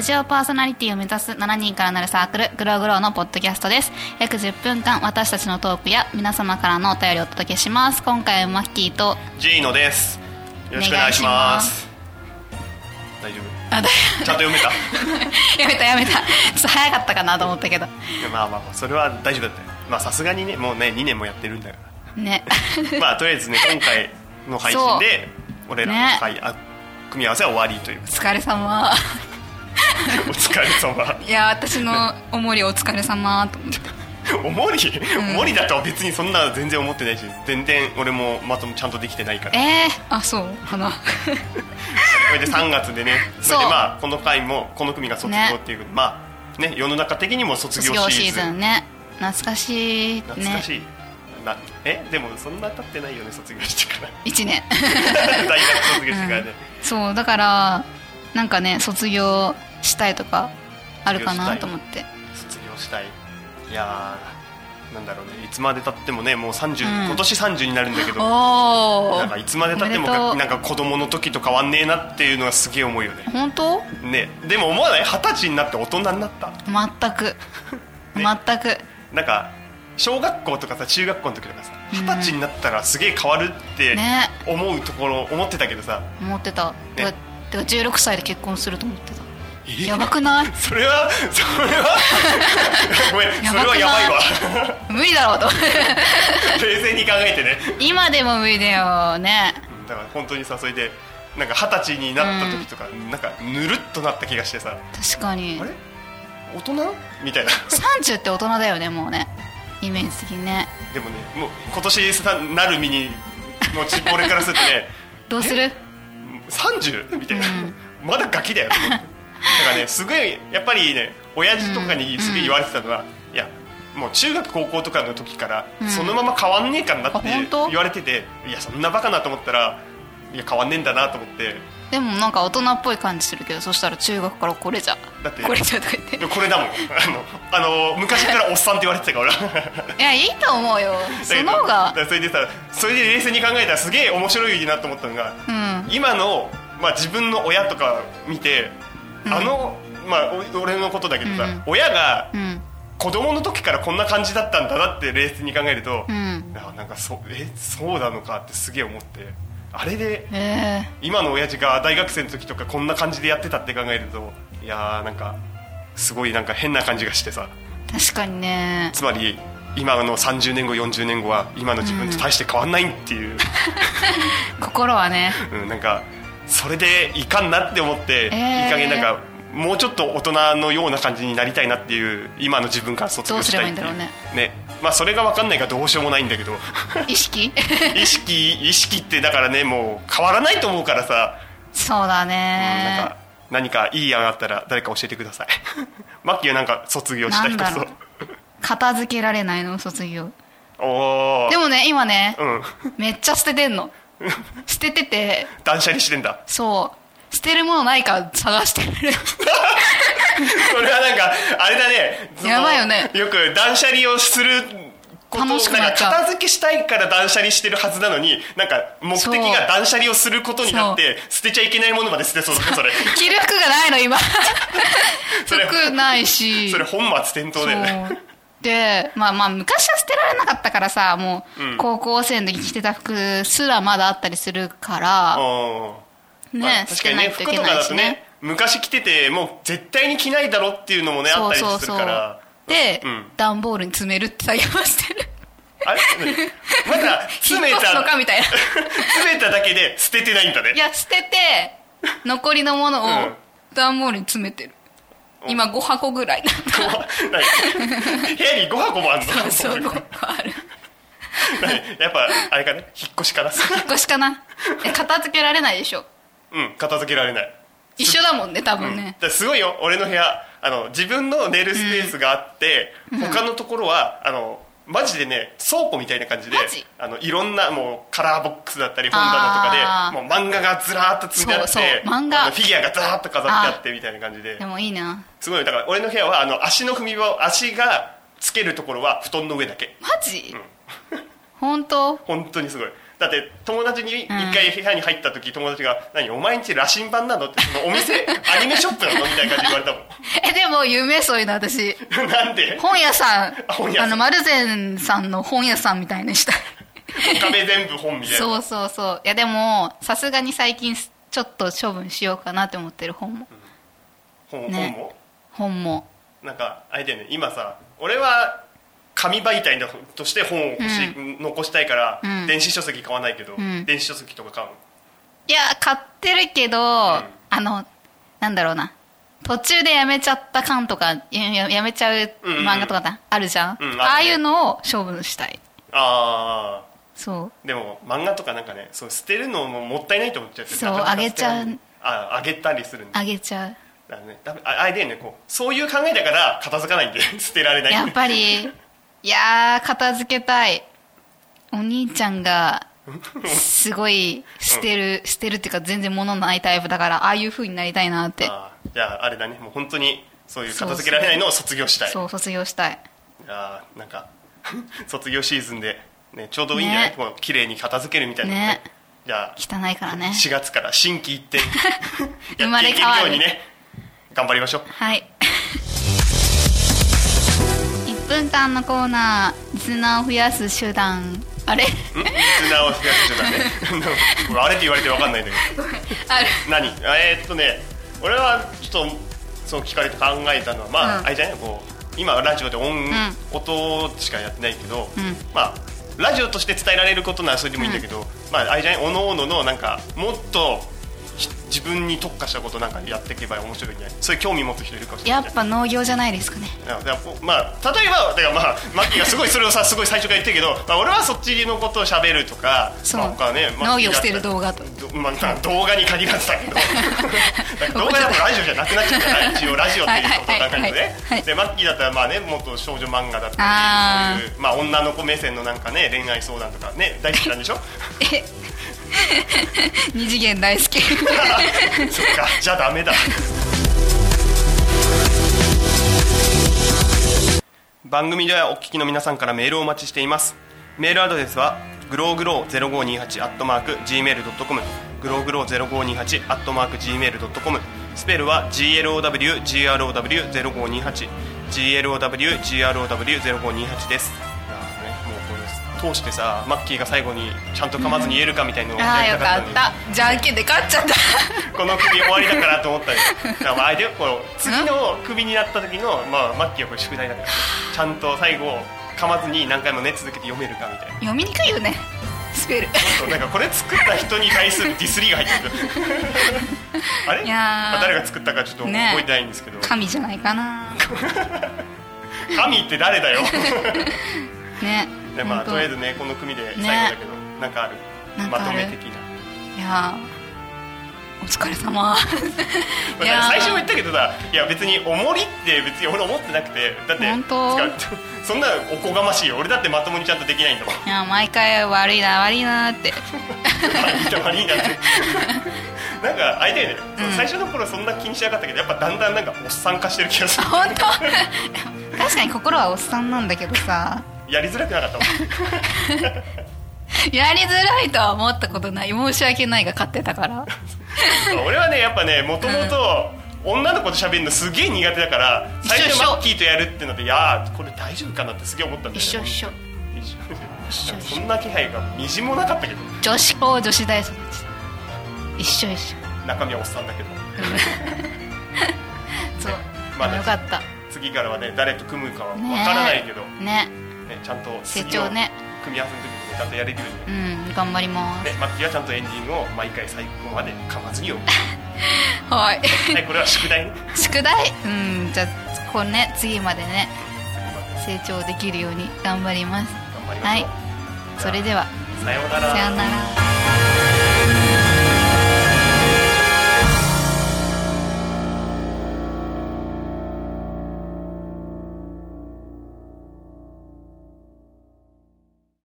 ラジオパーソナリティを目指す7人からなるサークルグローグローのポッドキャストです。約10分間私たちのトークや皆様からのお便りをお届けします。今回はマッキーとジーノです。よろしくお願いします。大丈夫？ちゃんと読めた？ 読めた。ちょっと早かったかなと思ったけど、 まあそれは大丈夫だったよ。まあさすがにね、もうね2年もやってるんだからねまあとりあえずね、今回の配信で俺らの回、組み合わせは終わりという。 お疲れ様お疲れ様。 いや私のおもりお疲れ様と思っておもり、おもりだとは別にそんな全然思ってないし、全然俺もちゃんとできてないから。 あ、そうかなこれで3月でね、それでまあこの回もこの組が卒業っていう、ね、まあね、世の中的にも卒業シーズンね。懐かしいね。 懐かしいでもそんな経ってないよね、卒業してから 1年大学卒業してからね、 そうだからなんかね、卒業したいとかあるかなと思って。 卒業したい。いやー、なんだろうね、いつまで経ってもね、もう30、今年30になるんだけど、なんかいつまで経ってもなんか子供の時と変わんねえなっていうのがすげえ思うよね。 本当？ ね、でも思わない？20歳になって大人になった？ 全く全くなんか小学校とかさ、中学校の時とかさ、20歳になったらすげえ変わるって思うところ、思ってたけどさ。 思ってた、てか16歳で結婚すると思ってた。やばくない？ それはごめん、それはやばいわ無理だろうと冷静に考えてね、 今でも無理だよね。 だから本当にさ、それでなんか20歳になった時とか、なんかぬるっとなった気がしてさ。 確かに。 あれ大人みたいな。 30って大人だよね、もうね、イメージ的にね。 でもね、もう今年なる身にの俺からするとねどうする 30? みたいな、まだガキだよだからね、すごいやっぱりね、親父とかにすげえ言われてたのは、いやもう中学高校とかの時からそのまま変わんねえかなって言われてて、いやそんなバカなと思ったら、いや変わんねえんだなと思って。でもなんか大人っぽい感じするけど、そしたら中学からこれじゃだってこれじゃとか言って、 これだもん昔からおっさんって言われてたからいや、いいと思うよ、その方が。 それで冷静に考えたらすげえ面白いなと思ったのが、今の、自分の親とか見て、俺のことだけどさ、親が子供の時からこんな感じだったんだなって冷静に考えると、なんかそうなのかってすげえ思って、あれで、今の親父が大学生の時とかこんな感じでやってたって考えると、いやーなんかすごいなんか変な感じがしてさ。 確かにね。 つまり今の30年後40年後は今の自分と大して変わんないっていう、 心はね、 なんかそれでいかんなって思って、いい加減なんかもうちょっと大人のような感じになりたいなっていう、今の自分から卒業したいっていう。 どうすればいいんだろうね。 それが分かんないからどうしようもないんだけど意識ってだからね、もう変わらないと思うからさ。 そうだね、 なんか何かいい案あったら誰か教えてくださいマッキーはなんか卒業した人そう。 片付けられないの、卒業。 おー、でもね今ね、めっちゃ捨ててんの捨ててて断捨離してんだ。 そう、捨てるものないか探してるそれはなんかあれだね、 やばいよね。 よく断捨離をすること楽しくなっちゃう。 なんか片付けしたいから断捨離してるはずなのに、なんか目的が断捨離をすることになって捨てちゃいけないものまで捨てそうだね、それ。 着る服がないの今服ないし、 それ本末転倒だよね。 で昔は捨てられなかったからさ、もう高校生の時着てた服すらまだあったりするからね、 確かにね、服とかだとね、昔着ててもう絶対に着ないだろっていうのもね、あったりするから。で、 段ボールに詰めるって作業はしてる。 あれまだ詰めたのかみたいな詰めただけで捨ててないんだね。 いや、捨てて残りのものを段ボールに詰めてる。今5箱ぐらい部屋に5箱もあるの？ そう5箱あるやっぱあれかね、引っ越しかな。 引っ越しかな。片付けられないでしょ。 片付けられない。 一緒だもんね、多分ね。 すごいよ、俺の部屋自分の寝るスペースがあって、他のところはマジでね、倉庫みたいな感じで、いろんなもうカラーボックスだったり本棚とかでもう漫画がずらーっと積んであって、 漫画フィギュアがザーッと飾ってあってみたいな感じで。 でもいいな。 すごい。だから俺の部屋は足の踏み場、足がつけるところは布団の上だけ。 マジ？本当？ 本当にすごい。だだって友達に一回部屋に入った時、友達が「何お前んち羅針盤なの?」ってそのお店アニメショップなのみたいな感じで言われたもんでも夢そういうの私なんで本屋さんマルゼンさんの本屋さんみたいにしたい壁全部本みたいな。 そういやでもさすがに最近ちょっと処分しようかなって思ってる本も、本もなんかあれだよね、今さ俺は紙媒体として本を残したいから、電子書籍買わないけど、電子書籍とか買うの？ いや買ってるけど、なんだろうな、途中でやめちゃった巻とかやめちゃう漫画とかあるじゃん、ああいうのを処分したい。 ああそうでも漫画とかなんかね、そう捨てるのももったいないと思っちゃって、 そうあげちゃう、 あげたりするんだ、 あげちゃうだからね、あれだよね、こうそういう考えだから片付かないんで捨てられない。 やっぱりいやー片付けたい。お兄ちゃんがすごい捨てるっていうか全然物ないタイプだから、ああいう風になりたいなって。 じゃああれだね、もう本当にそういう片付けられないのを卒業したい。 そう卒業したい。 いやなんか卒業シーズンで、ね、ちょうどいいんじゃない、ね、もう綺麗に片付けるみたいなね。じゃあ汚いからね、 4月から心機一転生まれ変わるやっていけるようにね頑張りましょう。 はい1分間のコーナー、リスナーを増やす手段。あれリスナーを増やす手段ねあれって言われて分かんないんだけどある何俺はちょっとそう聞かれて考えたのはあれじゃない、こう今ラジオで音しかやってないけど、ラジオとして伝えられることならそれでもいいんだけど、あれじゃない、おのおののなんかもっと自分に特化したことなんかやっていけば面白いんじゃない？そういう興味持つ人いるかもしれない。 やっぱ農業じゃないですかね。 例えばだからマッキーがすごいそれをさすごい最初から言ってるけど、俺はそっちのことを喋るとか、他ね、 農業してる動画と、 動画に限らずだけど動画だとラジオじゃなくなっちゃうから一応ラジオっていうことを考えるとね。でマッキーだったらね、もっと少女漫画だったり、そういう女の子目線のなんかね、恋愛相談とかね大好きなんでしょ二次元大好きそっか、じゃあダメだ。番組ではお聞きの皆さんからメールをお待ちしています。メールアドレスはグローグロー0528 @gmail.com、 グローグロー0528 @gmail.com、 スペルは glowgrow0528 glowgrow0528 です。通してさ、マッキーが最後にちゃんと噛まずに言えるかみたいなのをやりたかったんで、 よかった、じゃんけんで勝っちゃったこの首終わりだからと思ったんでだからあれでこの次の首になった時の、マッキーはこれ宿題だから、ちゃんと最後噛まずに何回もね続けて読めるかみたいな。 読みにくいよねスペルなんかこれ作った人に対するディスリーが入ってるあれ、誰が作ったかちょっと覚えてないんですけど、 神じゃないかな神って誰だよね。 でとりあえずね、この組で最後だけど、なんかあるまとめ的な。 いやお疲れ様最初も言ったけどさ、いや別におもりって別に俺思ってなくて、だってそんなおこがましいよ、俺だってまともにちゃんとできないんだもん。いや毎回悪いなって悪いなってなんかあれだよね、最初の頃そんな気にしなかったけど、やっぱだんだんなんかおっさん化してる気がする。 本当確かに心はおっさんなんだけどさ、 やりづらくなかったもんやりづらいとは思ったことない、申し訳ないが勝ってたから俺はね、やっぱね、もともと女の子と喋るのすげえ苦手だから、最初マッキーとやるってので、いやこれ大丈夫かなってすげえ思ったんだよね。 一緒そんな気配がみじもなかったけど、 女子高女子大育ち一緒中身はおっさんだけどそう、よかった。 次からはね、誰と組むかはわからないけどね、ちゃんと成長ね、 組み合わせの時もちゃんとやれるように、 頑張りますね。マッキーはちゃんとエンディングを毎回最後まで噛まずに読むはいこれは宿題ね宿題、じゃあこれね、次までね成長できるように頑張ります。 頑張りましょう。 はい、それではさようなら。 さようなら。